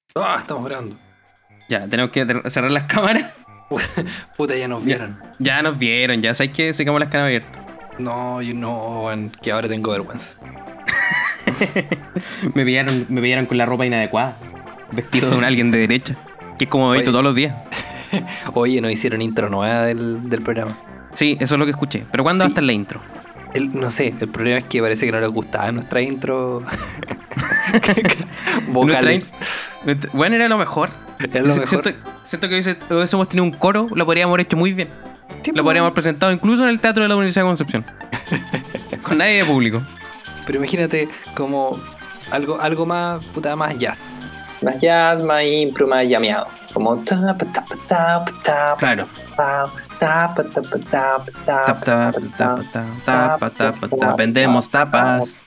Ah, estamos grabando. Ya, tenemos que cerrar las cámaras. Puta, ya nos vieron. Ya nos vieron, ya sabes que sigamos las cámaras abiertas. No, yo no, weón, que ahora tengo vergüenza. Me pillaron con la ropa inadecuada. Vestido de un alguien de derecha. Que es como me he visto Oye. todos los días. Oye, nos hicieron intro nueva del programa. Sí, eso es lo que escuché. Pero ¿cuándo va a Sí. estar la intro? No sé, el problema es que parece que no les gustaba nuestra intro. Nuestra Vocales. Bueno, era lo mejor. Es lo mejor. Siento que hubiésemos tenido un coro, lo podríamos haber hecho muy bien. Sí, Lo podríamos haber presentado incluso en el Teatro de la Universidad de Concepción. Con nadie de público. Pero imagínate como algo más, puta, más jazz. Más jazz, más impro, más llameado. Como Claro. Vendemos tapas.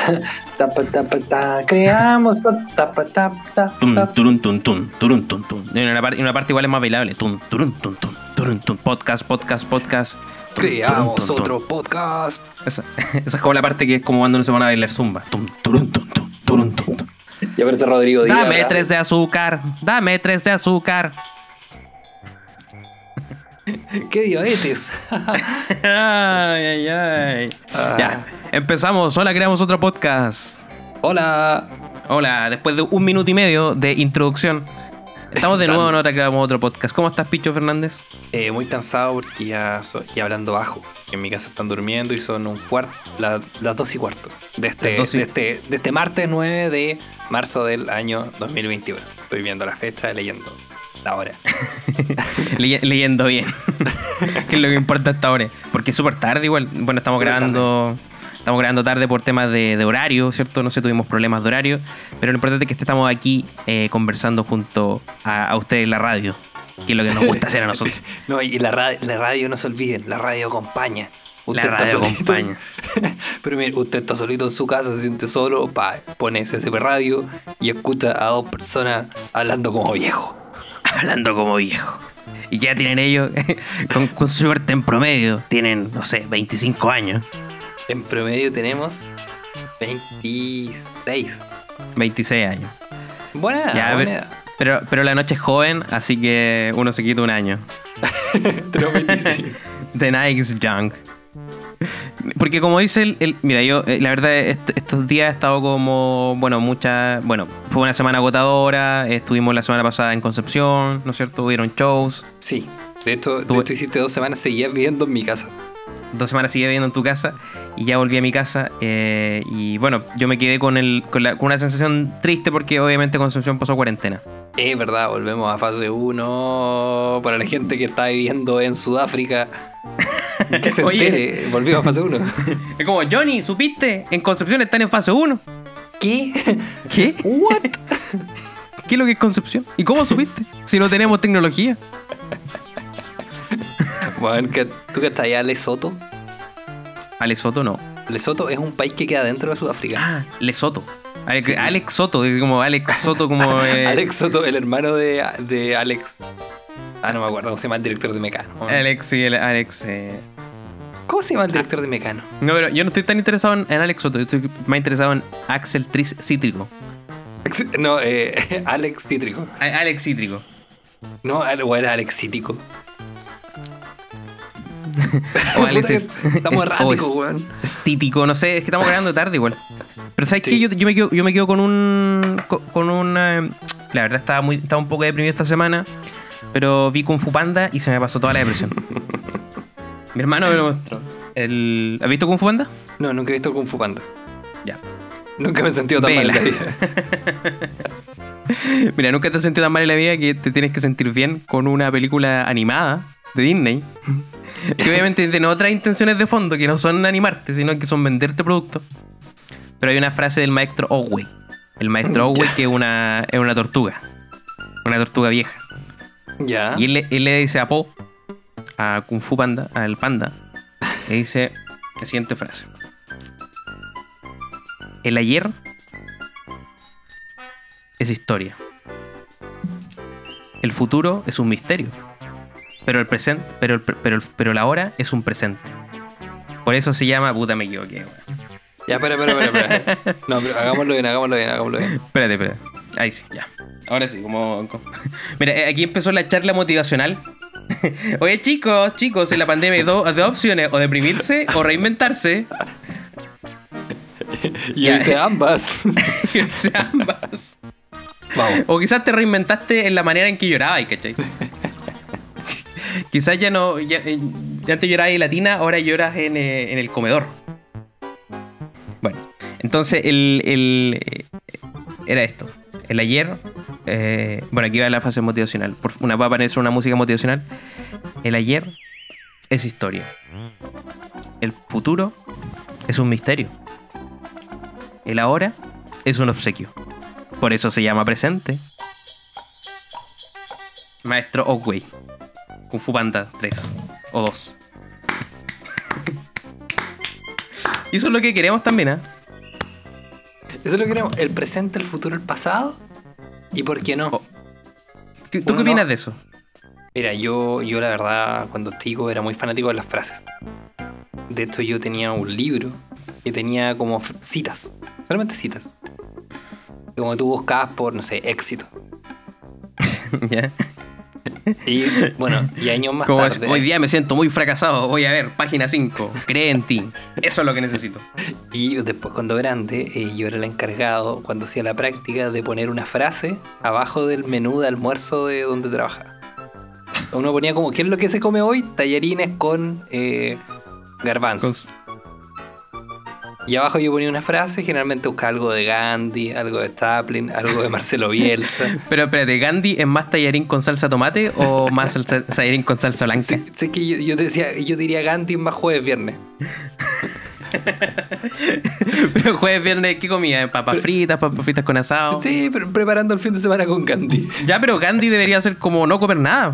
Creamos Turun, tun, tun, turun, tun, tun. Y una parte igual es más bailable. Turun, tun, tun. Podcast. Creamos Tun, tun, tun. otro podcast. Esa es como la parte que es como cuando no se van a bailar zumba. Turun, tun, tun. Ya aparece Rodrigo Díaz. Dame ¿verdad? 3 de azúcar. Dame 3 de azúcar. ¿Qué diabetes? Ay. Ya, empezamos. Hola, creamos otro podcast. Hola. Hola, después de 1 minuto y medio de introducción, estamos de nuevo en otra creamos otro podcast. ¿Cómo estás, Picho Fernández? Muy cansado porque ya hablando bajo. En mi casa están durmiendo y son las 2:15 de este martes 9 de marzo del año 2021. Estoy viendo la fecha, leyendo la hora. Leyendo bien. Que es lo que importa hasta ahora. Porque es súper tarde igual. Bueno, estamos grabando tarde por temas de horario, ¿cierto? No sé, tuvimos problemas de horario. Pero lo importante es que estamos aquí conversando junto a ustedes en la radio. Que es lo que nos gusta hacer a nosotros. No, y la radio no se olviden, la radio acompaña. La radio acompaña. Pero mire, usted está solito en su casa, se siente solo, pone CCP Radio y escucha a dos personas hablando como viejo. Hablando como viejo. Y ya tienen ellos, con suerte en promedio, tienen, no sé, 25 años. En promedio tenemos 26. 26 años. Buena edad, Ya, buena edad. Pero la noche es joven, así que uno se quita un año. Tenemos 25. The night is young. Porque como dice mira, yo la verdad estos días he estado como, fue una semana agotadora, estuvimos la semana pasada en Concepción, ¿no es cierto? Hubieron shows. Sí, de hecho hiciste 2 semanas seguidas viviendo en mi casa. 2 semanas seguí viviendo en tu casa y ya volví a mi casa y bueno, yo me quedé con una sensación triste porque obviamente Concepción pasó cuarentena. Es verdad, volvemos a fase 1 para la gente que está viviendo en Sudáfrica. Que se Oye. entere, volvimos a fase 1. Es como, Johnny, ¿supiste? En Concepción están en fase 1. ¿Qué? ¿Qué? ¿What? ¿Qué es lo que es Concepción? ¿Y cómo supiste? Si no tenemos tecnología. Bueno, ¿tú que estás allá, Lesoto? A Lesoto no. Lesoto es un país que queda dentro de Sudáfrica. Ah, Lesoto. Sí. Alex Soto, es como Alex Soto como... Alex Soto, el hermano de Alex. No me acuerdo cómo se llama el director de Mecano. Alex, sí, Alex... ¿Cómo se llama el director de Mecano? No, pero yo no estoy tan interesado en Alex Soto, yo estoy más interesado en Axel Cítrico. No, Alex Cítrico. Alex Cítrico. No, o era Alex Cítico. O Alex Estamos erráticos, weón. Estítico, no sé, es que estamos grabando tarde igual. Pero ¿sabes Sí. qué? Yo me quedo con una... La verdad estaba un poco deprimido esta semana, pero vi Kung Fu Panda y se me pasó toda la depresión. Mi hermano me lo mostró. ¿Has visto Kung Fu Panda? No, nunca he visto Kung Fu Panda. Ya. Nunca me he sentido tan mal en la vida. Mira, nunca te has sentido tan mal en la vida que te tienes que sentir bien con una película animada de Disney. Que obviamente tiene otras intenciones de fondo, que no son animarte, sino que son venderte productos. Pero hay una frase del maestro Oogway. El maestro Oogway que es una tortuga. Una tortuga vieja. Ya. Y él le dice a Po, a Kung Fu Panda, al panda, le dice la siguiente frase. El ayer es historia. El futuro es un misterio. Pero el presente, pero la hora es un presente. Por eso se llama... Puta, me equivoqué, weón. Ya, espera. No, pero hagámoslo bien. Espérate. Ahí sí, ya. Ahora sí, Mira, aquí empezó la charla motivacional. Oye, chicos, en la pandemia hay dos opciones: o deprimirse o reinventarse. Y yo hice ambas. Vamos. O quizás te reinventaste en la manera en que llorabas, ¿cachai? Quizás ya antes llorabas en la tina, ahora lloras en el comedor. Bueno, entonces era esto. El ayer, bueno, aquí va la fase motivacional. Va a aparecer una música motivacional. El ayer es historia. El futuro es un misterio. El ahora es un obsequio. Por eso se llama presente. Maestro Oogway. Kung Fu Panda 3 o 2. Y eso es lo que queremos también, ¿eh? Eso es lo que queremos. El presente, el futuro, el pasado. ¿Y por qué no? ¿Tú qué opinas de eso? Mira, yo la verdad, cuando chico era muy fanático de las frases. De hecho, yo tenía un libro que tenía como citas. Solamente citas. Como tú buscabas por, no sé, éxito. ¿Ya? Y bueno, y años más tarde... Hoy día me siento muy fracasado. Voy a ver, página 5. Cree en ti. Eso es lo que necesito. Y después, cuando grande, yo era el encargado, cuando hacía la práctica, de poner una frase abajo del menú de almuerzo de donde trabajaba. Uno ponía como, ¿qué es lo que se come hoy? Tallarines con garbanzos. Y abajo yo ponía una frase, generalmente buscaba algo de Gandhi, algo de Chaplin, algo de Marcelo Bielsa. Pero espérate, ¿Gandhi es más tallarín con salsa tomate o más tallarín con salsa blanca? Sí, que yo diría Gandhi más jueves, viernes. Pero jueves, viernes, ¿qué comía? Papas fritas con asado. Sí, pero preparando el fin de semana con Gandhi. Ya, pero Gandhi debería ser como no comer nada.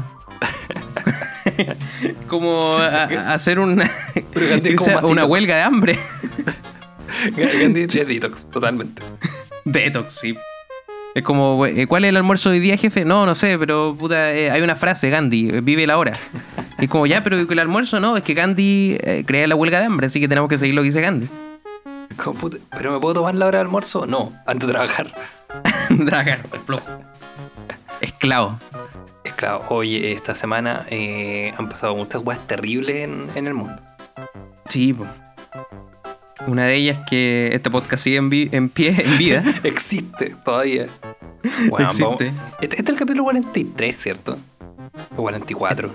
Como hacer una huelga de hambre. Gandhi es detox, totalmente. Detox, sí. Es como, ¿cuál es el almuerzo de hoy día, jefe? No sé, pero puta, hay una frase, Gandhi, vive la hora. Es como, ya, pero el almuerzo no, es que Gandhi crea la huelga de hambre, así que tenemos que seguir lo que dice Gandhi. ¿Pero me puedo tomar la hora de almuerzo? No, antes de trabajar. Trabajar, flojo. Esclavo. Oye, esta semana han pasado muchas cosas terribles en el mundo. Sí, pues. Una de ellas que este podcast sigue en vida. Existe todavía. Bueno, existe. Este es el capítulo 43, ¿cierto? O 44.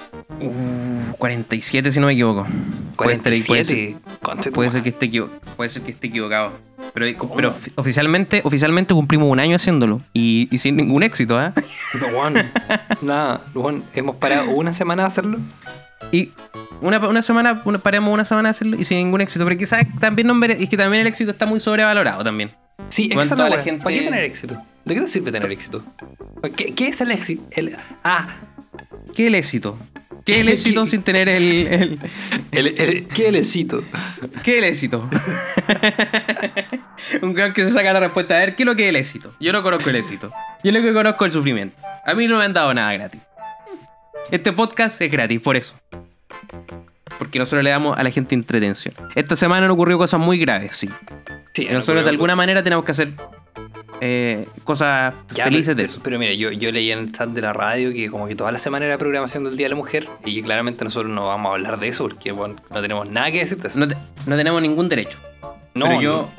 47 si no me equivoco. 47. Puede ser que esté equivocado. Pero oficialmente cumplimos un año haciéndolo. Y sin ningún éxito, ¿eh? Nada, hemos parado una semana de hacerlo. Y paramos una semana a hacerlo y sin ningún éxito. Pero quizás también es que también el éxito está muy sobrevalorado también. Sí, exacto. ¿Para qué tener éxito? ¿De qué te sirve tener éxito? ¿Qué es el éxito? ¿Qué es el éxito? ¿Qué es el éxito sin tener el ¿Qué es el éxito? ¿Qué es el éxito? Un gran que se saca la respuesta. A ver, ¿qué es lo que es el éxito? Yo no conozco el éxito. Yo lo que conozco es el sufrimiento. A mí no me han dado nada gratis. Este podcast es gratis, por eso. Porque nosotros le damos a la gente entretención. Esta semana han ocurrido cosas muy graves, sí. Y nosotros de alguna manera tenemos que hacer cosas felices de eso. Pero mira, yo leí en el chat de la radio que como que toda la semana era programación del Día de la Mujer y que claramente nosotros no vamos a hablar de eso porque bueno, no tenemos nada que decir de eso. No tenemos ningún derecho. No, pero yo...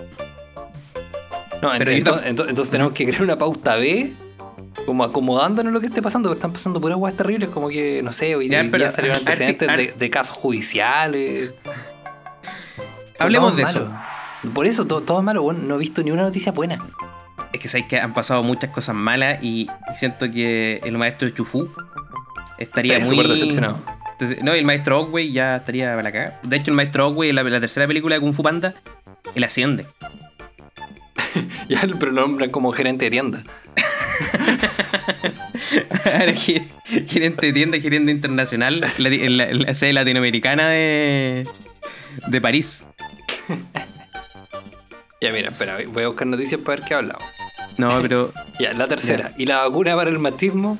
Entonces tenemos que crear una pauta B como acomodándonos lo que esté pasando, pero están pasando puras guas terribles, como que, no sé, hoy día salieron antecedentes de casos judiciales. Hablemos de eso. Por eso, todo es malo, bueno, no he visto ni una noticia buena. Es que sabes que han pasado muchas cosas malas y siento que el maestro Chufú estaría muy... súper decepcionado. No, el maestro Oogway ya estaría para la cagada. De hecho, el maestro Oogway en la tercera película de Kung Fu Panda, él asciende. Ya, pero lo nombran como gerente de tienda. Gerente de tienda, gerente internacional, la sede latinoamericana de París. Ya, mira, espera, voy a buscar noticias para ver qué ha hablado. No, pero... Ya, la tercera. Ya. ¿Y la vacuna para el machismo?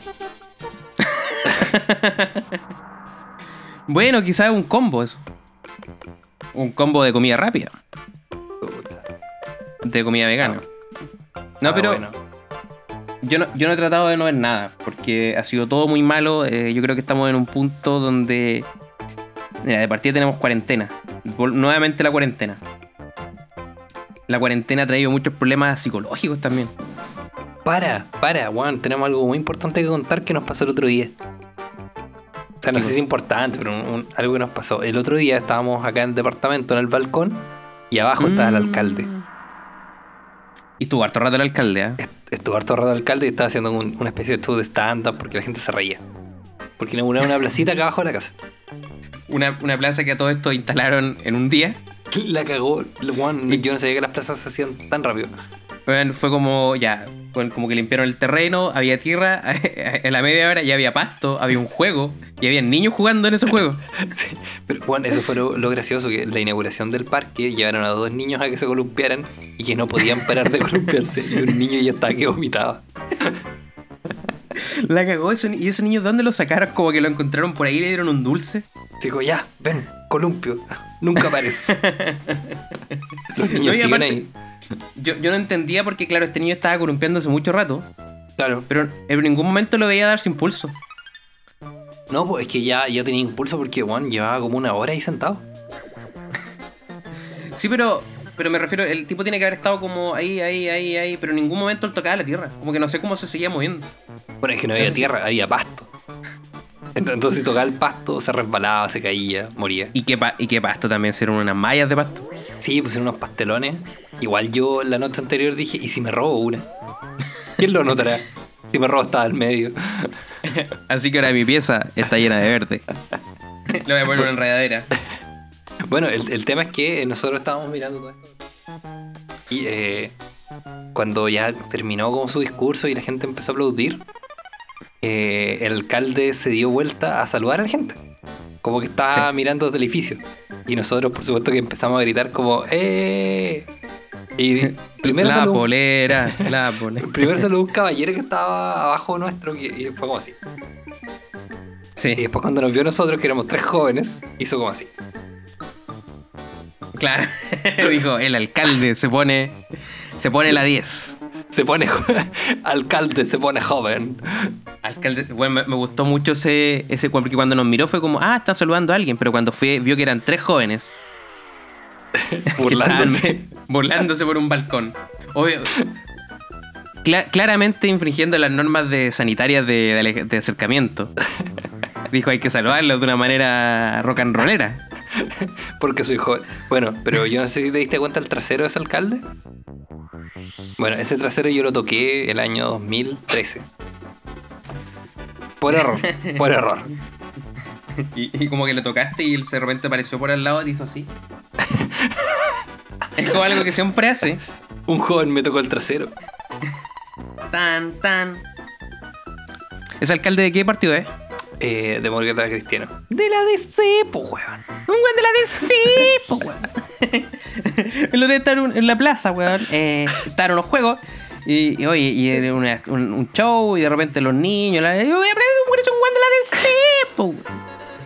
Bueno, quizás es un combo eso. Un combo de comida rápida. De comida vegana. No, pero... Bueno. Yo no he tratado de no ver nada, porque ha sido todo muy malo. Yo creo que estamos en un punto donde... Mira, de partida tenemos cuarentena. Nuevamente la cuarentena. La cuarentena ha traído muchos problemas psicológicos también. Juan, tenemos algo muy importante que contar que nos pasó el otro día. O sea, no sé si es importante, pero algo que nos pasó. El otro día estábamos acá en el departamento, en el balcón, y abajo estaba el alcalde. Y estuvo harto rato el alcalde, ¿eh? Estuvo harto rato el alcalde y estaba haciendo una especie de show de stand-up porque la gente se reía. Porque inauguraron una placita acá abajo de la casa. Una plaza que a todo esto instalaron en un día. La cagó, Juan. Yo no sabía que las plazas se hacían tan rápido. Bueno, fue como, como que limpiaron el terreno, había tierra, en la media hora ya había pasto, había un juego, y había niños jugando en ese juego. Sí, pero Juan, eso fue lo gracioso, que la inauguración del parque llevaron a 2 niños a que se columpiaran y que no podían parar de columpiarse, y un niño ya estaba que vomitaba. La cagó eso. ¿Y esos niños dónde lo sacaron? Como que lo encontraron por ahí y le dieron un dulce. Digo, ya, ven, columpio, nunca pares. Los niños siguen ahí. Yo no entendía porque, claro, este niño estaba columpiándose mucho rato. Claro. Pero en ningún momento lo veía darse impulso. No, pues es que ya tenía impulso porque Juan llevaba como 1 hora ahí sentado. Sí, pero me refiero, el tipo tiene que haber estado como ahí, pero en ningún momento él tocaba la tierra. Como que no sé cómo se seguía moviendo. Bueno, es que no había tierra, había pasto. Entonces si tocaba el pasto, se resbalaba, se caía, moría. ¿Y qué pasto también? ¿Eran unas mallas de pasto? Sí, pusieron unos pastelones. Igual yo la noche anterior dije, ¿y si me robo una? ¿Quién lo notará? Si me robo estaba al medio. Así que ahora mi pieza está llena de verde. Lo voy a poner en una enredadera. Bueno, el tema es que nosotros estábamos mirando todo esto. Y cuando ya terminó como su discurso y la gente empezó a aplaudir, el alcalde se dio vuelta a saludar a la gente. Como que estaba mirando desde el edificio. Y nosotros, por supuesto, que empezamos a gritar como ¡eh! Y primero la saludó, polera. primero saludó un caballero que estaba abajo nuestro y fue como así. Sí. Y después cuando nos vio a nosotros, que éramos 3 jóvenes, hizo como así. Claro. Dijo, el alcalde se pone la 10. Se pone alcalde, se pone joven. Alcalde, bueno, me gustó mucho ese porque cuando nos miró fue como, están saludando a alguien, pero cuando vio que eran 3 jóvenes burlándose por un balcón. Obvio, claramente infringiendo las normas sanitarias de acercamiento. Dijo, hay que saludarlos de una manera rock and rollera. Porque soy joven. Bueno, pero yo no sé si te diste cuenta el trasero de ese alcalde. Bueno, ese trasero yo lo toqué el año 2013. Por error. Y como que lo tocaste y de repente apareció por al lado y te hizo así. Es como algo que siempre hace. Un joven me tocó el trasero. Tan. ¿Ese alcalde de qué partido es? Demócrata cristiano. De la DC, po, weón. Un weón de la DC, po, weón. El otro está en la plaza, weón. Está en unos juegos. Y oye, y era un show, y de repente los niños. Yo voy a aprender un weón de la DC, po, weón.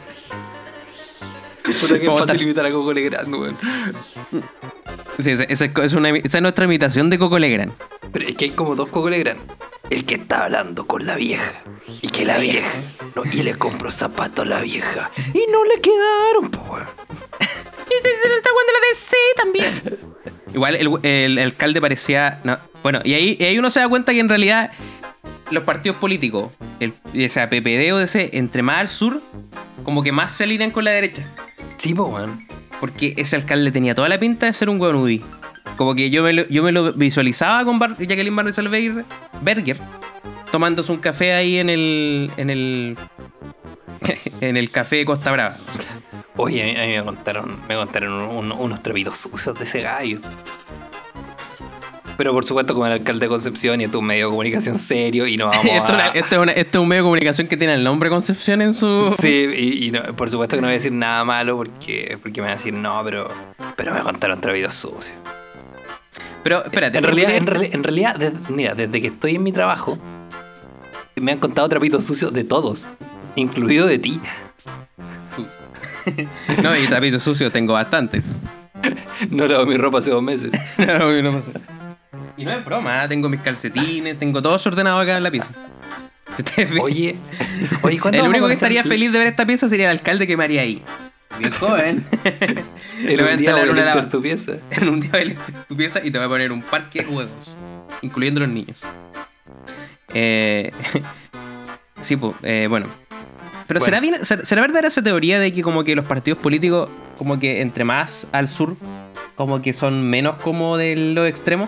Puta que es fácil imitar a Coco Legrand, weón. Sí, esa es nuestra imitación de Coco Legrand. Pero es que hay como 2 Coco Legrand. El que está hablando con la vieja. Y que la vieja. No, y le compró zapatos a la vieja. Y no le quedaron, po, weón. Y está jugando la DC también. Igual el alcalde parecía. No, bueno, y ahí uno se da cuenta que en realidad los partidos políticos, esa PPD o DC, entre más al sur, como que más se alinean con la derecha. Sí, po, weón. Porque ese alcalde tenía toda la pinta de ser un weón UDI. Como que yo me lo visualizaba con Jacqueline Van Rieselbergher tomándose un café ahí en el café Costa Brava. Oye, a mí me contaron unos trapitos sucios de ese gallo. Pero por supuesto, como el alcalde de Concepción y esto es un medio de comunicación serio y no vamos Esto es un medio de comunicación que tiene el nombre Concepción en su... Sí, y no, por supuesto que no voy a decir nada malo porque me van a decir no, pero me contaron trapitos sucios. Pero espérate. En realidad, mira, desde que estoy en mi trabajo me han contado trapitos sucios de todos, incluido de ti. No, y trapitos sucios tengo bastantes. No lavo mi ropa hace 2 meses. No lavo mi ropa hace... Y no es broma, tengo mis calcetines, tengo todo ordenado acá en la pieza. Oye, el único que estaría feliz de ver esta pieza sería el alcalde que me haría ahí. Bien joven. En un día voy a limpiar tu pieza. En un día voy a limpiar tu pieza y te voy a poner un parque de juegos, incluyendo los niños. Sí, pues, bueno. Pero bueno. ¿será verdadera esa teoría de que como que los partidos políticos, como que entre más al sur, como que son menos como de los extremos?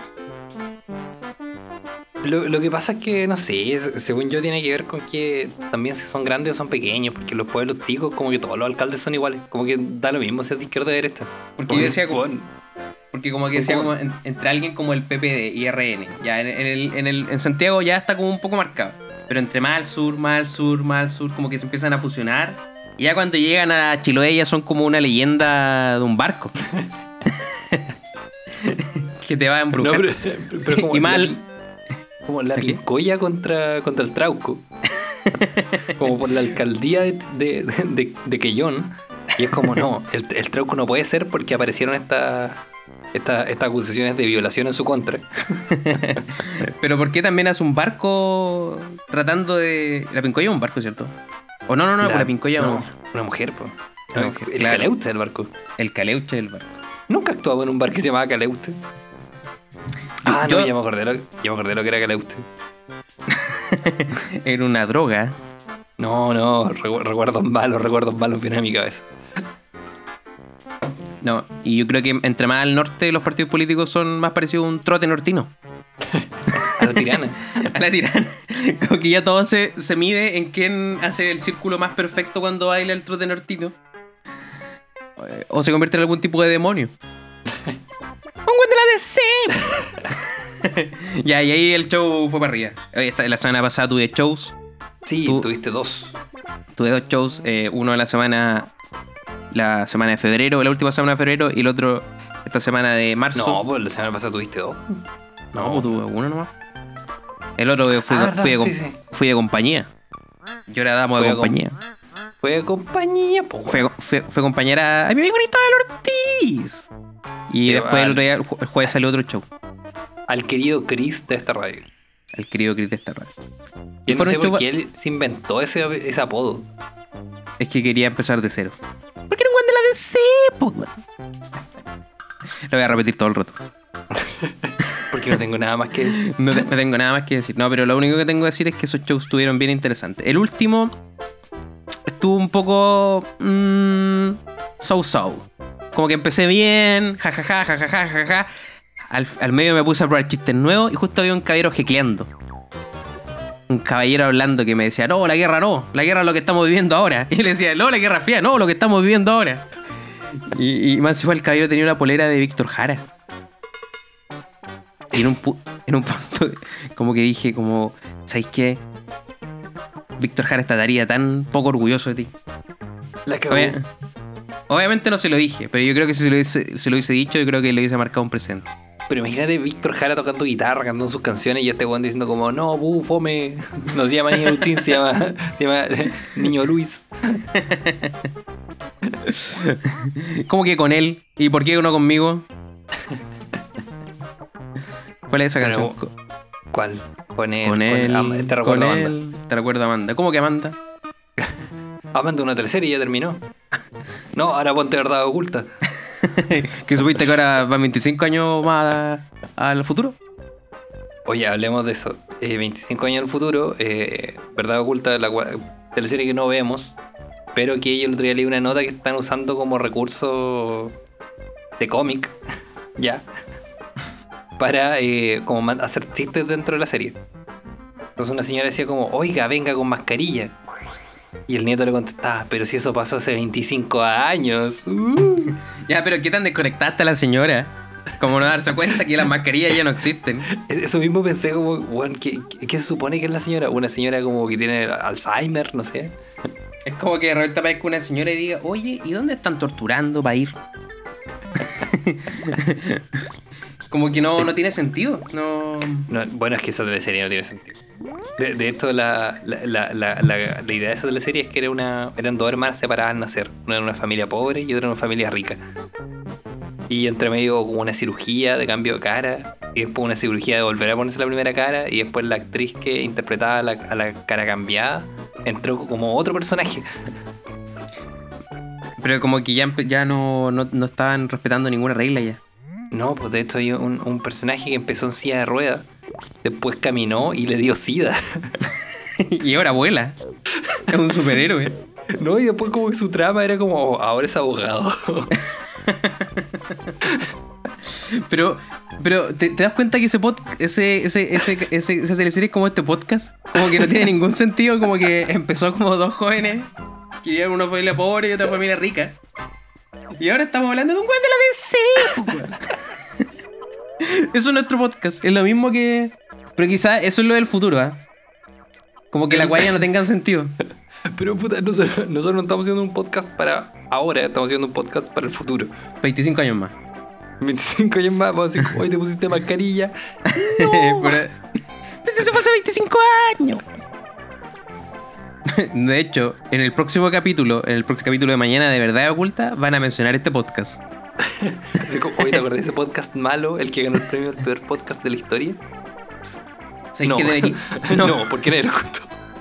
Lo que pasa es que, no sé, según yo tiene que ver con que también si son grandes o son pequeños, porque los pueblos chicos, como que todos los alcaldes son iguales, como que da lo mismo ser de izquierda o de derecha. Porque yo decía porque como que decía como entre alguien como el PPD y RN, ya en Santiago ya está como un poco marcado, pero entre más al sur, como que se empiezan a fusionar, y ya cuando llegan a Chiloé ya son como una leyenda de un barco. Que te va a embrujar. No, pero como y mal... Como la Pincoya contra el Trauco. Como por la alcaldía de Quellón. Y es como, no, el Trauco no puede ser porque aparecieron estas acusaciones de violación en su contra. Pero ¿por qué también hace un barco tratando de... La Pincoya es un barco, ¿cierto? O no, la Pincoya no. Una mujer, pues. El claro. Caleuche del barco. El Caleuche del barco. Nunca actuaba en un bar que se llamaba Caleuche. Ya me acordé lo que era Caleuche. Era una droga. No, recuerdos malos vienen a mi cabeza. No, y yo creo que entre más al norte los partidos políticos son más parecidos a un trote nortino. A la tirana. A la tirana. Como que ya todo se mide en quién hace el círculo más perfecto cuando baila el trote nortino. O se convierte en algún tipo de demonio. ¡Un de la DC! Ya, y ahí el show fue para arriba. La semana pasada tuve shows. Sí, tuviste 2. Tuve 2 shows. Uno en la semana de febrero, la última semana de febrero, y el otro esta semana de marzo. No, pues la semana pasada tuviste 2. No, pues tuve uno nomás. El otro fui de compañía. Yo era damo de compañía. Fue de compañía, pues. Fue compañera a mi amigo Cristóbal Ortiz. Y después el otro día, el jueves salió otro show. Al querido Chris de esta radio. Y no sé por qué él se inventó ese apodo. Es que quería empezar de cero. Porque era un guan de la DC, po. Lo voy a repetir todo el rato. Porque no tengo nada más que decir. No tengo nada más que decir. No, pero lo único que tengo que decir es que esos shows estuvieron bien interesantes. El último estuvo un poco so. Como que empecé bien, jajaja. Al medio me puse a probar chistes nuevos y justo había un caballero jequeando. Un caballero hablando que me decía, no, la guerra es lo que estamos viviendo ahora. Y le decía, no, la guerra fría, no, lo que estamos viviendo ahora. Y más igual el caballero tenía una polera de Víctor Jara. Y en un punto como que dije, como, ¿sabes qué? Víctor Jara estaría tan poco orgulloso de ti. La cagó. Obviamente no se lo dije, pero yo creo que si se lo hubiese dicho, yo creo que le hubiese marcado un presente. Pero imagínate Víctor Jara tocando guitarra, cantando sus canciones y este weón diciendo como, no, fome. No se llama Niño Luchín, se llama Niño Luis. ¿Cómo que con él? ¿Y por qué uno conmigo? ¿Cuál es esa canción? ¿Cuál? Con él. Te recuerdo a Amanda. Te recuerdo a Amanda. ¿Cómo que Amanda? Amanda una tercera y ya terminó. No, ahora ponte verdad oculta. ¿Que supiste que ahora van 25 años más al futuro? Oye, hablemos de eso. 25 años al futuro, verdad oculta, la teleserie que no vemos, pero que yo el otro día leí una nota que están usando como recurso de cómic, ya, para como hacer chistes dentro de la serie. Entonces una señora decía como, oiga, venga con mascarilla. Y el nieto le contestaba, pero si eso pasó hace 25 años. Ya, pero ¿qué tan desconectaste a la señora? Como no darse cuenta que las mascarillas ya no existen. Eso mismo pensé como, bueno, ¿qué se supone que es la señora? Una señora como que tiene Alzheimer, no sé. Es como que de repente aparezca una señora y diga, oye, ¿y dónde están torturando para ir? Como que no tiene sentido. No, bueno, es que esa teleserie no tiene sentido. De hecho, la idea de esa teleserie es que eran 2 hermanas separadas al nacer. Una era una familia pobre y otra era una familia rica. Y entre medio como una cirugía de cambio de cara. y después una cirugía de volver a ponerse la primera cara, y después la actriz que interpretaba a la cara cambiada entró como otro personaje. Pero como que ya no estaban respetando ninguna regla ya. No, pues de hecho hay un personaje que empezó en silla de ruedas, después caminó y le dio sida. Y ahora vuela. Es un superhéroe. No, y después como que su trama era como, ahora es abogado. Pero ¿te das cuenta que esa teleserie es como este podcast? Como que no tiene ningún sentido, como que empezó como dos jóvenes que vivían en una familia pobre y otra familia rica. Y ahora estamos hablando de un güey de la DC. Eso es nuestro podcast. Es lo mismo que... Pero quizás eso es lo del futuro, ¿eh? Como que las guayas no tengan sentido. Pero puta, nosotros no estamos haciendo un podcast para ahora, estamos haciendo un podcast para el futuro. 25 años más. 25 años más, vamos a decir, hoy te pusiste mascarilla. No. Pero eso fue hace 25 años. De hecho, en el próximo capítulo de Mañana de Verdad Oculta, van a mencionar este podcast. Hoy te acordás de ese podcast malo, el que ganó el premio al peor podcast de la historia. No. No, porque nadie lo contó.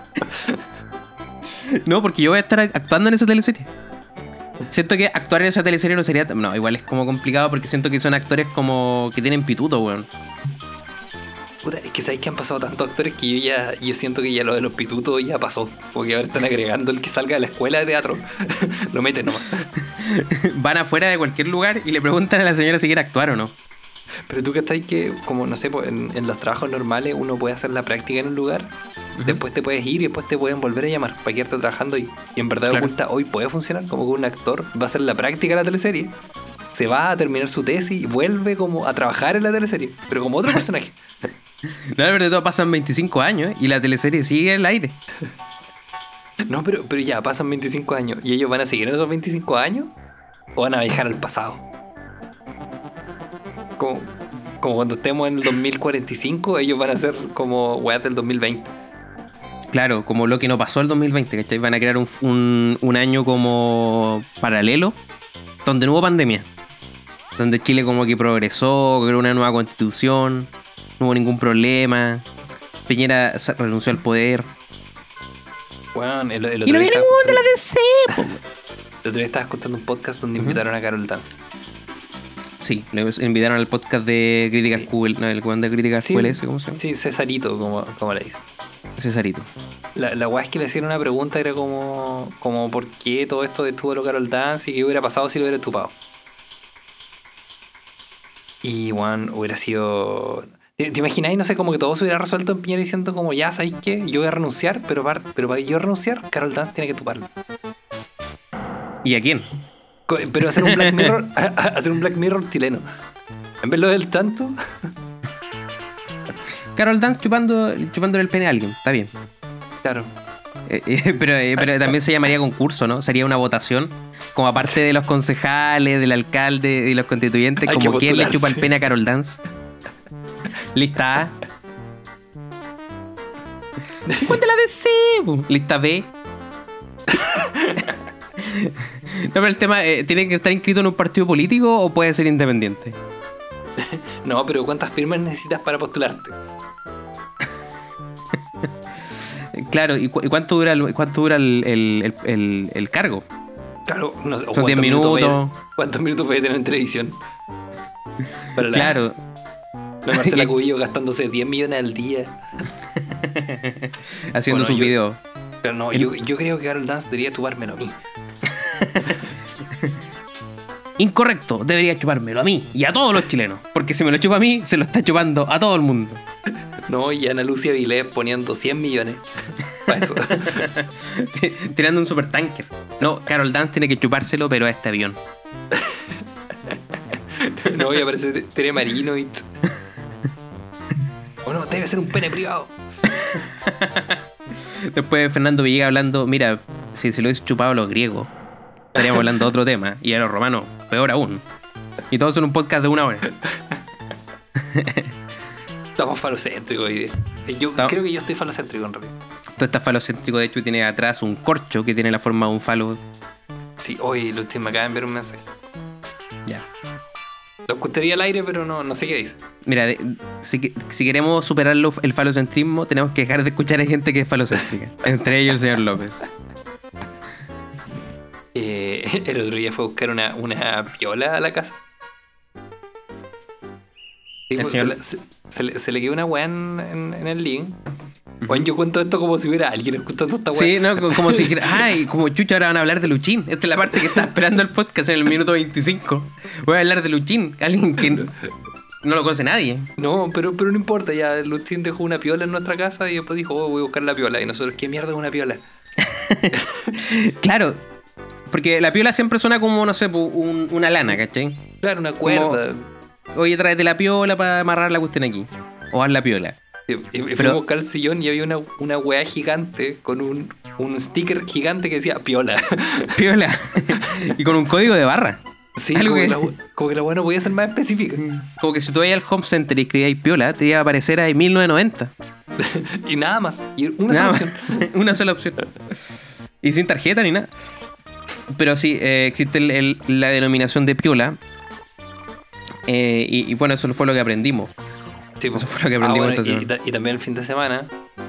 No, porque yo voy a estar actuando en esa teleserie. Siento que actuar en esa teleserie no sería... No, igual es como complicado porque siento que son actores como que tienen pituto, weón. Puta, es que sabéis que han pasado tantos actores que yo siento que ya lo de los pitutos ya pasó. Como que ahora están agregando el que salga de la escuela de teatro. Lo meten nomás. Van afuera de cualquier lugar y le preguntan a la señora si quiere actuar o no. Pero tú que estáis que, como no sé, en los trabajos normales uno puede hacer la práctica en un lugar, después te puedes ir y después te pueden volver a llamar para quedarte trabajando y en Verdad Oculta hoy puede funcionar como que un actor va a hacer la práctica en la teleserie, se va a terminar su tesis y vuelve como a trabajar en la teleserie, pero como otro personaje. No, la verdad, todo pasan 25 años y la teleserie sigue en el aire. No, pero ya pasan 25 años y ellos van a seguir en esos 25 años o van a viajar al pasado. Como cuando estemos en el 2045, ellos van a ser como weas del 2020. Claro, como lo que no pasó el 2020, ¿cachai? Van a crear un año como paralelo, donde no hubo pandemia. Donde Chile como que progresó, creó una nueva constitución, no hubo ningún problema. Piñera renunció al poder. Bueno, el otro y no viene ningún de la DC, po. El otro día estaba escuchando un podcast donde invitaron a Carol Dance. Sí, le invitaron al podcast de Críticas Cool, no, el weón de Críticas Cool ese, ¿cómo se llama? Sí, Cesarito, como le dicen. Cesarito. La weá es que le hicieron una pregunta, era como ¿por qué todo esto detuvo a Carol Dance y qué hubiera pasado si lo hubiera estupado? Y Juan hubiera sido... ¿Te imagináis? No sé, como que todo se hubiera resuelto en Piñera diciendo como, ya, ¿sabéis qué? Yo voy a renunciar, pero para yo renunciar, Carol Dance tiene que tuparlo. ¿Y a quién? Pero hacer un Black Mirror, hacer un Black Mirror chileno. En vez de lo del tanto. Carol Dance chupándole el pene a alguien, está bien. Claro. Pero también se llamaría concurso, ¿no? Sería una votación, como aparte de los concejales, del alcalde y los constituyentes, hay como quién le chupa el pene a Carol Dance. Lista A. ¿Cuánto la DC? Lista B. No, pero el tema, ¿tiene que estar inscrito en un partido político o puede ser independiente? No, pero ¿cuántas firmas necesitas para postularte? Claro, ¿y cuánto dura el cargo? Claro, no sé. Son 10 minutos. ¿Cuántos minutos voy a tener en televisión? Claro. La Marcela Cubillo gastándose 10 millones al día. Haciendo sus videos. Pero no, yo creo que Carol Dance debería chupármelo a mí. Incorrecto, debería chupármelo a mí y a todos los chilenos. Porque si me lo chupa a mí, se lo está chupando a todo el mundo. No, y Ana Lucia Vilés poniendo 100 millones para eso. Tirando un supertanker. No, Carol Dance tiene que chupárselo, pero a este avión. No, y aparece Tere Marino y... O no, debe ser un pene privado. Después Fernando Villegas hablando, mira, si se lo hubiese chupado a los griegos, estaríamos hablando de otro tema. Y a los romanos, peor aún. Y todos en un podcast de 1 hora. Estamos falocéntricos hoy día. Creo que yo estoy falocéntrico en realidad. Tú estás falocéntrico, de hecho, y tiene atrás un corcho que tiene la forma de un falo. Sí, hoy Luis me acaba de enviar un mensaje. Ya. Lo escucharía al aire, pero no sé qué dice. Mira, si queremos superar el falocentrismo, tenemos que dejar de escuchar a gente que es falocéntrica. Entre ellos el señor López. El otro día fue a buscar una piola a la casa. Sí, pues, se le quedó una weá en el link. Juan, yo cuento esto como si hubiera alguien escuchando esta weá. Sí, no, como si... Ay, como chucha, ahora van a hablar de Luchín. Esta es la parte que está esperando el podcast en el minuto 25. Voy a hablar de Luchín. Alguien que no lo conoce nadie. No, pero no importa. Ya Luchín dejó una piola en nuestra casa y después dijo, voy a buscar la piola. Y nosotros, ¿qué mierda es una piola? Claro. Porque la piola siempre suena como, no sé, una lana, ¿cachai? Claro, una cuerda. Como, oye, tráete la piola para amarrar la cuestión aquí. O haz la piola. Sí, y fuimos a buscar el sillón y había una weá gigante con un sticker gigante que decía piola. Piola. Y con un código de barra. Sí, algo como que la weá no podía ser más específica. Como que si tú vayas al Home Center y escribías piola, te iba a aparecer ahí 1990. Y nada más. Y una sola opción. Una sola opción. Y sin tarjeta ni nada. Pero sí, existe la denominación de piola. Y bueno, eso fue lo que aprendimos. Sí, pues. Eso fue lo que aprendimos esta semana. Y también el fin de semana,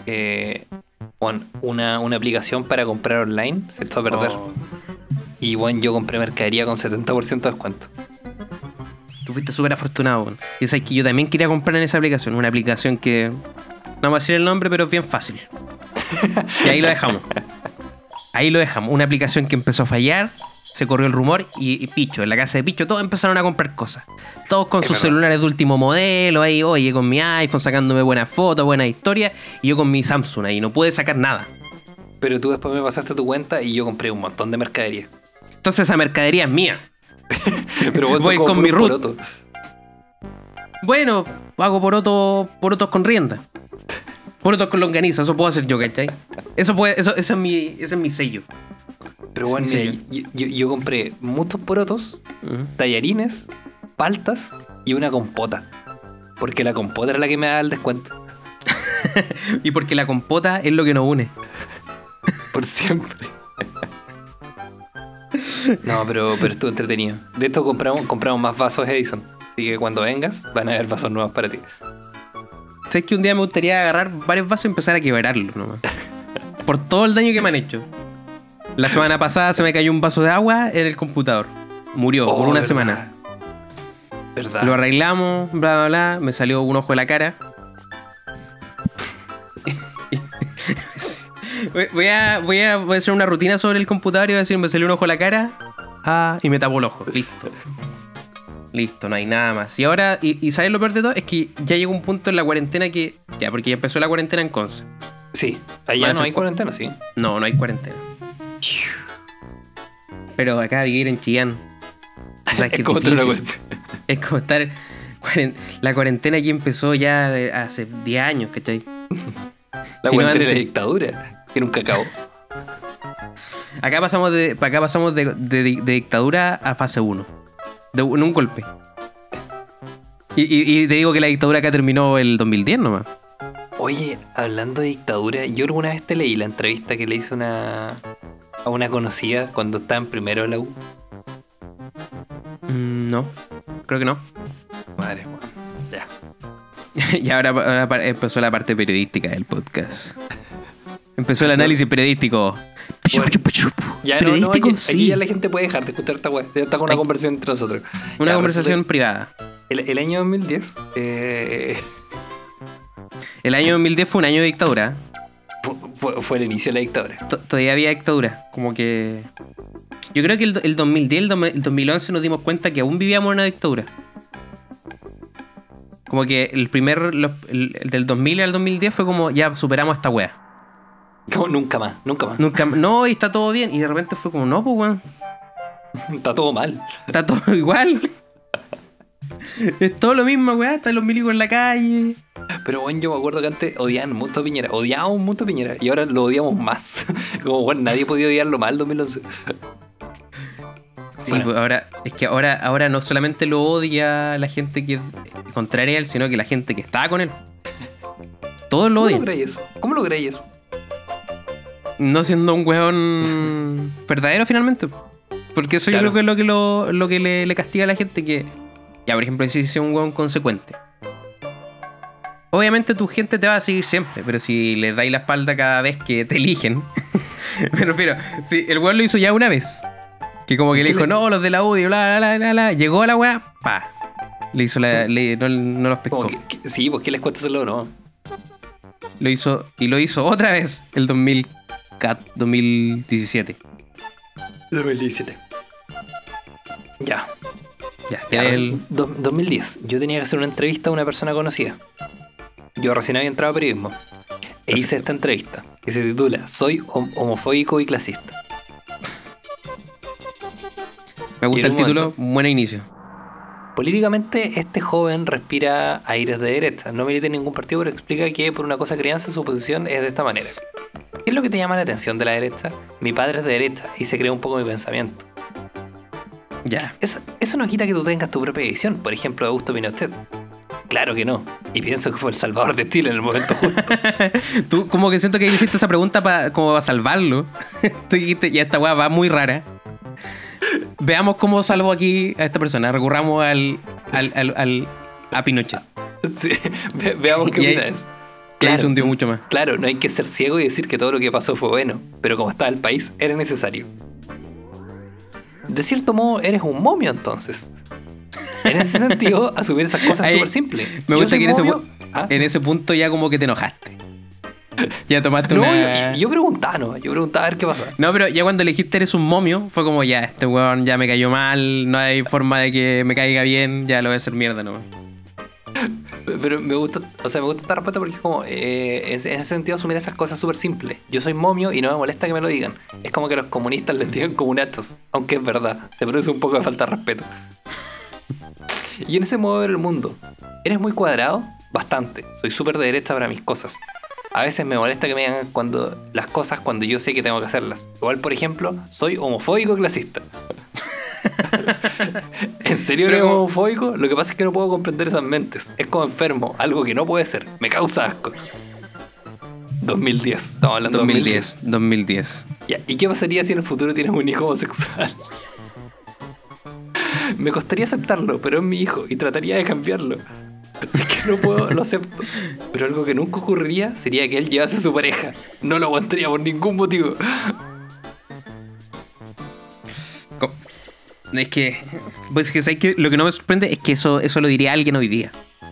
una aplicación para comprar online se echó a perder. Y bueno, yo compré mercadería con 70% de descuento. Tú fuiste súper afortunado, bueno. Y sabes que yo también quería comprar en esa aplicación. Una aplicación que no vamos a decir el nombre, pero es bien fácil. Y ahí lo dejamos. Una aplicación que empezó a fallar. Se corrió el rumor y Picho, en la casa de Picho, todos empezaron a comprar cosas. Todos con sus celulares de último modelo, ahí, oye, con mi iPhone sacándome buenas fotos, buenas historias, y yo con mi Samsung ahí, no pude sacar nada. Pero tú después me pasaste tu cuenta y yo compré un montón de mercadería. Entonces esa mercadería es mía. Pero vos voy con mi root. Poroto. Bueno, hago porotos con rienda. Porotos con longaniza, eso puedo hacer yo, ¿cachai? Ese es mi sello. Pero bueno, mira, yo compré muchos porotos, tallarines, paltas y una compota. Porque la compota era la que me daba el descuento. Y porque la compota es lo que nos une. Por siempre. No, pero estuvo entretenido. De esto compramos más vasos Edison. Así que cuando vengas van a haber vasos nuevos para ti. ¿Sabes que un día me gustaría agarrar varios vasos y empezar a quebrarlos nomás? Por todo el daño que me han hecho. La semana pasada se me cayó un vaso de agua en el computador. Murió por una semana. ¿Verdad? Lo arreglamos, bla, bla, bla. Me salió un ojo de la cara. voy a hacer una rutina sobre el computador y voy a decir, me salió un ojo de la cara. Y me tapó el ojo. Listo, no hay nada más. Y ahora, y ¿sabes lo peor de todo? Es que ya llegó un punto en la cuarentena que... Ya, porque ya empezó la cuarentena en Conce. Sí, allá no hay cuarentena, ¿sí? No hay cuarentena. Pero acá vivir en Chillán, ¿sabes qué? Es como estar... La cuarentena aquí empezó ya hace 10 años, ¿cachai? La cuarentena de la dictadura, que nunca acabó. Acá pasamos de dictadura a fase 1. En un golpe. Y te digo que la dictadura acá terminó el 2010 nomás. Oye, hablando de dictadura, yo alguna vez te leí la entrevista que le hizo a una conocida cuando estaba en primero de la U. No, creo que no. Madre, bueno, ya. Y ahora empezó la parte periodística del podcast. Empezó el análisis periodístico. Bueno, ya ¿periodístico? Aquí sí. Ya la gente puede dejar de escuchar esta weá. Ya está con una conversación entre nosotros. Una conversación privada. El año 2010. El año 2010 fue un año de dictadura. Fue el inicio de la dictadura. Todavía había dictadura. Como que... Yo creo que el 2010, el 2011 nos dimos cuenta que aún vivíamos en una dictadura. Como que el del 2000 al 2010 fue como ya superamos esta wea. Como nunca más. No, y está todo bien. Y de repente fue como, no, pues weón. Está todo mal. Está todo igual. Es todo lo mismo, weá. Están los milicos en la calle. Pero bueno, yo me acuerdo que antes odiaban mucho a Piñera. Odiábamos mucho a Piñera. Y ahora lo odiamos más. Como bueno, nadie podía odiarlo más el 2011. Sí, bueno. Pues ahora no solamente lo odia la gente que es contraria a él, sino que la gente que estaba con él. Todos lo odian. ¿Cómo lo creéis eso? No siendo un weón verdadero finalmente. Porque eso claro. Yo creo que es lo que le castiga a la gente que... Ya, por ejemplo, si es un weón consecuente. obviamente tu gente te va a seguir siempre, pero si les dais la espalda cada vez que te eligen, me refiero, si el weón lo hizo ya una vez, que como que le dijo, no, los de la UDI, bla, bla, bla, bla, llegó a la weá, pa, le hizo no los pescó. Sí, ¿por qué les cuesta hacerlo o no? Lo hizo otra vez el 2017. 2017. Ya, 2010. Yo tenía que hacer una entrevista a una persona conocida. Yo recién había entrado a periodismo. E hice esta entrevista, que se titula Soy homofóbico y clasista. Me gusta el título, buen inicio. Políticamente, este joven respira aires de derecha. No milita en ningún partido, pero explica que por una cosa crianza su posición es de esta manera. ¿Qué es lo que te llama la atención de la derecha? Mi padre es de derecha y se crea un poco mi pensamiento. Ya. Eso no quita que tú tengas tu propia visión. Por ejemplo, Augusto Pinochet. Claro que no. Y pienso que fue el salvador de Chile en el momento justo. Tú como que siento que hiciste esa pregunta como para salvarlo. Tú dijiste, ya esta weá va muy rara. Veamos cómo salvo aquí a esta persona. Recurramos a Pinochet. Sí, veamos qué opina es. Que ahí se hundió mucho más. Claro, no hay que ser ciego y decir que todo lo que pasó fue bueno. Pero como estaba el país, era necesario. De cierto modo, eres un momio entonces. En ese sentido, asumir esas cosas es súper simple. Me gusta que en ese punto ya como que te enojaste. Ya tomaste una... Yo preguntaba a ver qué pasa. No, pero ya cuando elegiste eres un momio, fue como ya, este weón ya me cayó mal, no hay forma de que me caiga bien, ya lo voy a hacer mierda nomás. Pero me gusta esta respuesta porque es como, en ese sentido, asumir esas cosas súper simples. Yo soy momio y no me molesta que me lo digan. Es como que los comunistas les digan comunatos, aunque es verdad, se produce un poco de falta de respeto. Y en ese modo de ver el mundo, ¿eres muy cuadrado? Bastante. Soy súper de derecha para mis cosas. A veces me molesta que me digan las cosas cuando yo sé que tengo que hacerlas. Igual, por ejemplo, soy homofóbico y clasista. ¿En serio eres homofóbico? Lo que pasa es que no puedo comprender esas mentes. Es como enfermo, algo que no puede ser. Me causa asco. 2010. Estamos hablando de 2010. Ya, ¿y qué pasaría si en el futuro tienes un hijo homosexual? Me costaría aceptarlo, pero es mi hijo y trataría de cambiarlo. Así que no puedo, lo acepto. Pero algo que nunca ocurriría sería que él llevase a su pareja. No lo aguantaría por ningún motivo. Es que, pues que ¿sabes qué? Lo que no me sorprende es que eso lo diría alguien hoy día.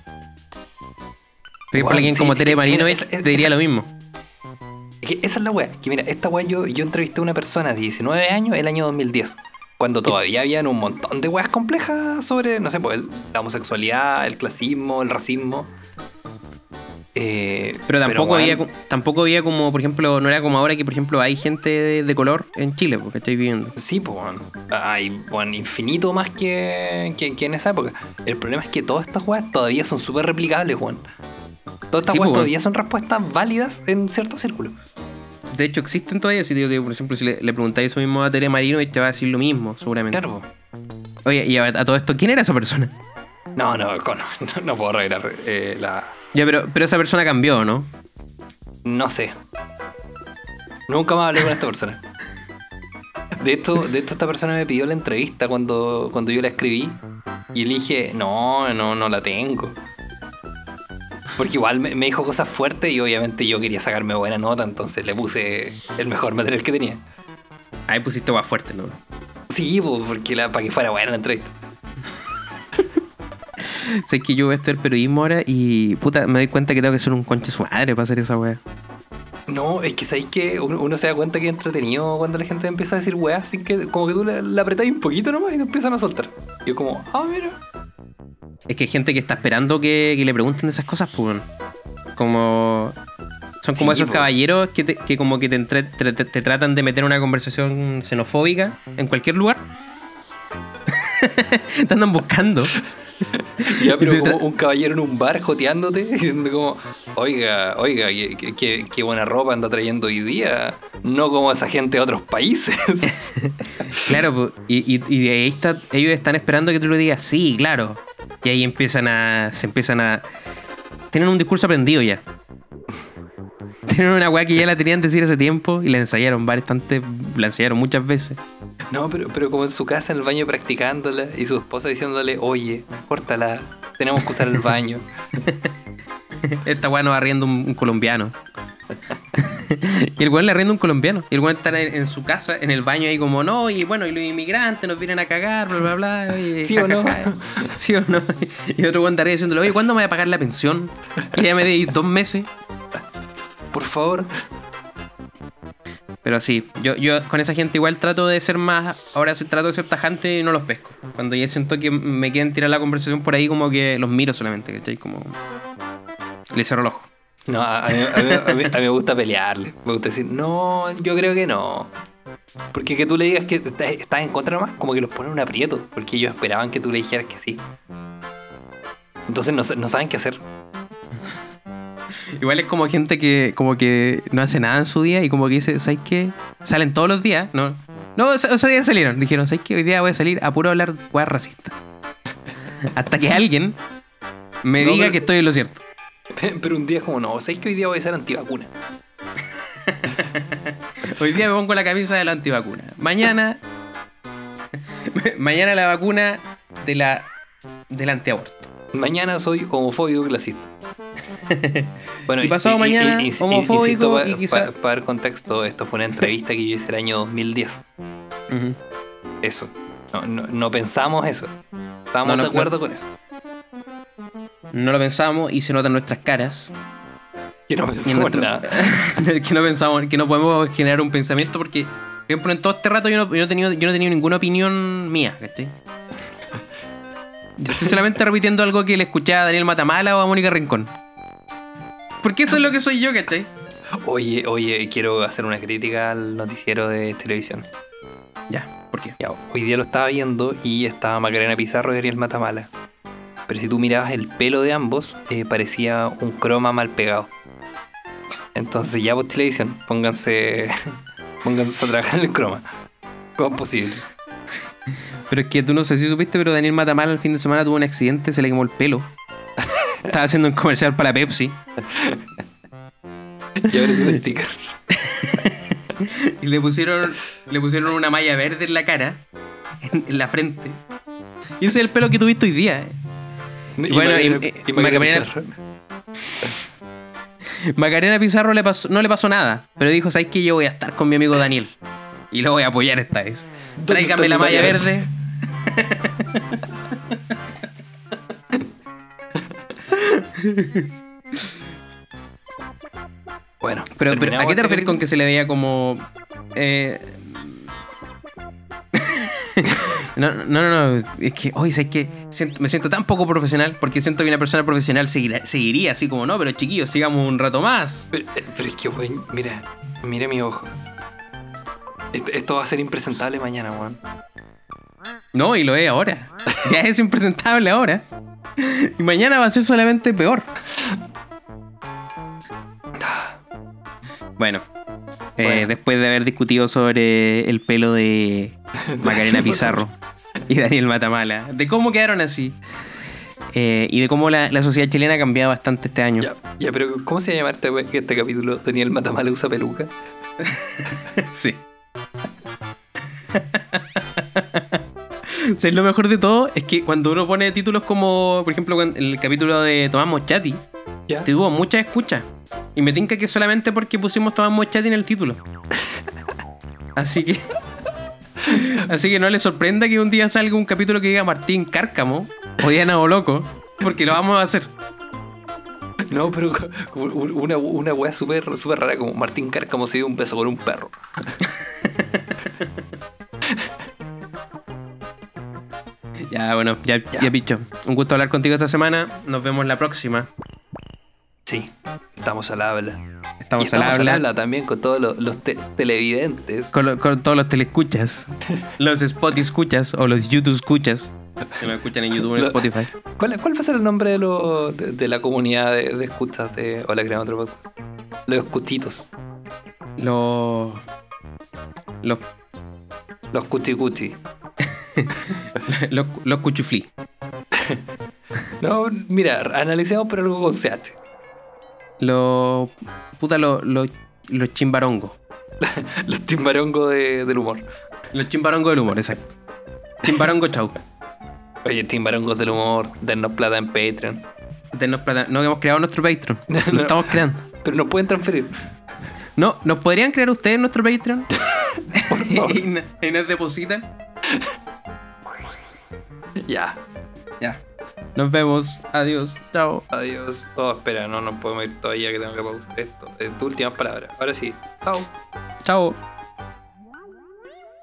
Pero por alguien como Tere Marinovich te diría lo mismo. Es que esa es la wea. Que mira, esta wea yo entrevisté a una persona de 19 años el año 2010. Cuando todavía habían un montón de weas complejas sobre, no sé, pues la homosexualidad, el clasismo, el racismo. Pero tampoco había como, por ejemplo, no era como ahora que, por ejemplo, hay gente de color en Chile, porque estáis viviendo. Sí, pues, hay infinito más que en esa época. El problema es que todas estas weas todavía son súper replicables, Juan. Todas estas weas todavía son respuestas válidas en ciertos círculos. De hecho, existen todavía. Si te digo, por ejemplo, si le preguntáis eso mismo a Tere Marinovich, te va a decir lo mismo, seguramente. Claro. Oye, y a todo esto, ¿quién era esa persona? No puedo revelar la... Ya, pero esa persona cambió, ¿no? No sé. Nunca más hablé con esta persona. De hecho, esta persona me pidió la entrevista cuando yo la escribí. Y le dije, no la tengo. Porque igual me dijo cosas fuertes y obviamente yo quería sacarme buena nota, entonces le puse el mejor material que tenía. Ahí pusiste más fuerte, ¿no? Sí, porque para que fuera buena la entrevista. Sé que yo voy a estudiar periodismo ahora y puta, me doy cuenta que tengo que ser un conche su madre para hacer esa wea. No, es que sabéis que uno se da cuenta que es entretenido cuando la gente empieza a decir weas, así que como que tú la apretáis un poquito nomás y te empiezan a soltar. Y yo como, mira. Es que hay gente que está esperando que le pregunten de esas cosas, pues. Como... Son como esos caballeros que como que te tratan de meter una conversación xenofóbica en cualquier lugar. Te andan buscando. Ya, pero como un caballero en un bar joteándote, diciendo como, oiga, qué buena ropa anda trayendo hoy día. No como esa gente de otros países. Claro, pues, y de ahí ellos están esperando que tú le digas, sí, claro. Y ahí se empiezan a... Tienen un discurso aprendido ya. Tienen una weá que ya la tenían decir hace tiempo y la ensayaron muchas veces. No, pero como en su casa, en el baño practicándola y su esposa diciéndole, oye, córtala, tenemos que usar el baño. Esta weá nos arrienda un colombiano. Y el weón le arrienda un colombiano. Y el weón está en su casa, en el baño ahí como, no, y bueno, y los inmigrantes nos vienen a cagar, bla, bla, bla. Y, ¿Sí o no? ¿Sí o no? Y otro weón estaría diciéndole, oye, ¿cuándo me voy a pagar la pensión? Y ya me di 2 meses. Por favor. Pero sí, yo con esa gente igual trato de ser más. Ahora trato de ser tajante y no los pesco. Cuando ya siento que me quieren tirar la conversación por ahí, como que los miro solamente, ¿cachai? Como. Les cerro el ojo. No, a mí me gusta pelearle. Me gusta decir, no, yo creo que no. Porque que tú le digas que estás en contra nomás, como que los pone en un aprieto. Porque ellos esperaban que tú le dijeras que sí. Entonces no saben qué hacer. Igual es como gente que como que no hace nada en su día y como que dice, ¿sabes qué? Salen todos los días, ¿no? No, ese día salieron. Dijeron, ¿sabes qué? Hoy día voy a salir a puro hablar weas racistas. Hasta que alguien me diga que estoy en lo cierto. Pero un día es como, no, ¿sabes que hoy día voy a ser antivacuna? Hoy día me pongo la camisa de la antivacuna. Mañana la vacuna del antiaborto. Mañana soy homofóbico clasista. Bueno, y pasado mañana, homofóbico y quizá... Para dar contexto, esto fue una entrevista que yo hice el año 2010. Uh-huh. Eso. No pensamos eso. Estábamos de acuerdo con eso. No lo pensamos y se nota en nuestras caras. Que no pensamos nada. Que no pensamos, que no podemos generar un pensamiento porque, por ejemplo, en todo este rato yo no he tenido ninguna opinión mía, ¿cachai? Yo estoy solamente repitiendo algo que le escuché a Daniel Matamala o a Mónica Rincón. Porque eso es lo que soy yo, ¿cachai? Oye, quiero hacer una crítica al noticiero de televisión. Ya, ¿por qué? Ya, hoy día lo estaba viendo y estaba Macarena Pizarro y Daniel Matamala. Pero si tú mirabas el pelo de ambos, parecía un croma mal pegado. Entonces ya por televisión, pónganse a trabajar en el croma. ¿Cómo es posible? Pero es que tú no sé si supiste, pero Daniel Matamala el fin de semana tuvo un accidente, se le quemó el pelo. Estaba haciendo un comercial para Pepsi. Y ahora es un sticker. Y le pusieron una malla verde en la cara, en la frente. Y ese es el pelo que tuviste hoy día. Macarena Pizarro no le pasó nada, pero dijo, ¿sabes qué? Yo voy a estar con mi amigo Daniel y lo voy a apoyar esta vez. Tráigame la malla verde. Bueno, pero ¿a qué te refieres con que se le veía como No, es que hoy ¿sabes qué? Me siento tan poco profesional porque siento que una persona profesional seguiría así como, no, pero chiquillos, sigamos un rato más. Pero es que, güey, mira mi ojo. Esto va a ser impresentable mañana, weón. No, y lo es ahora. Ya es impresentable ahora. Y mañana va a ser solamente peor. Bueno. Después de haber discutido sobre el pelo de Macarena Pizarro y Daniel Matamala, de cómo quedaron así y de cómo la sociedad chilena ha cambiado bastante este año. Ya, pero ¿cómo se llama este capítulo? ¿Daniel Matamala usa peluca? Sí. ¿Sabes lo mejor de todo? Es que cuando uno pone títulos como, por ejemplo, el capítulo de Tomás Moschati, te tuvo muchas escuchas. Y me tinca que solamente porque pusimos Tomás Moschati en el título. Así que no le sorprenda que un día salga un capítulo que diga Martín Cárcamo o Diana Boloco, porque lo vamos a hacer. No, pero una weá súper rara, como Martín Cárcamo se dio un beso con un perro. Ya, bueno, ya picho. Un gusto hablar contigo esta semana. Nos vemos la próxima. Sí, estamos al habla. Estamos al habla también con todos los televidentes. Con todos los telescuchas. Los Spotify escuchas o los YouTube escuchas. Que nos escuchan en YouTube o en Spotify. ¿Cuál va a ser el nombre de la comunidad de escuchas de Hola, creamos otro podcast? Los escuchitos. Los cuchicuchi. los cuchuflí. No, mira, analicemos pero algo con CH. Los chimbarongos. Los chimbarongos del humor. Los chimbarongos del humor, exacto. Chimbarongo chau. Oye, chimbarongos del humor, dennos plata en Patreon. Denos plata. No, que hemos creado nuestro Patreon. Lo estamos creando. Pero nos pueden transferir. No, ¿nos podrían crear ustedes nuestro Patreon? Por favor. y nos depositan. Ya. Nos vemos. Adiós. Chao. Adiós. Oh, espera, no nos podemos ir todavía que tengo que pausar esto. Tu última palabra. Ahora sí. Chao. Chao.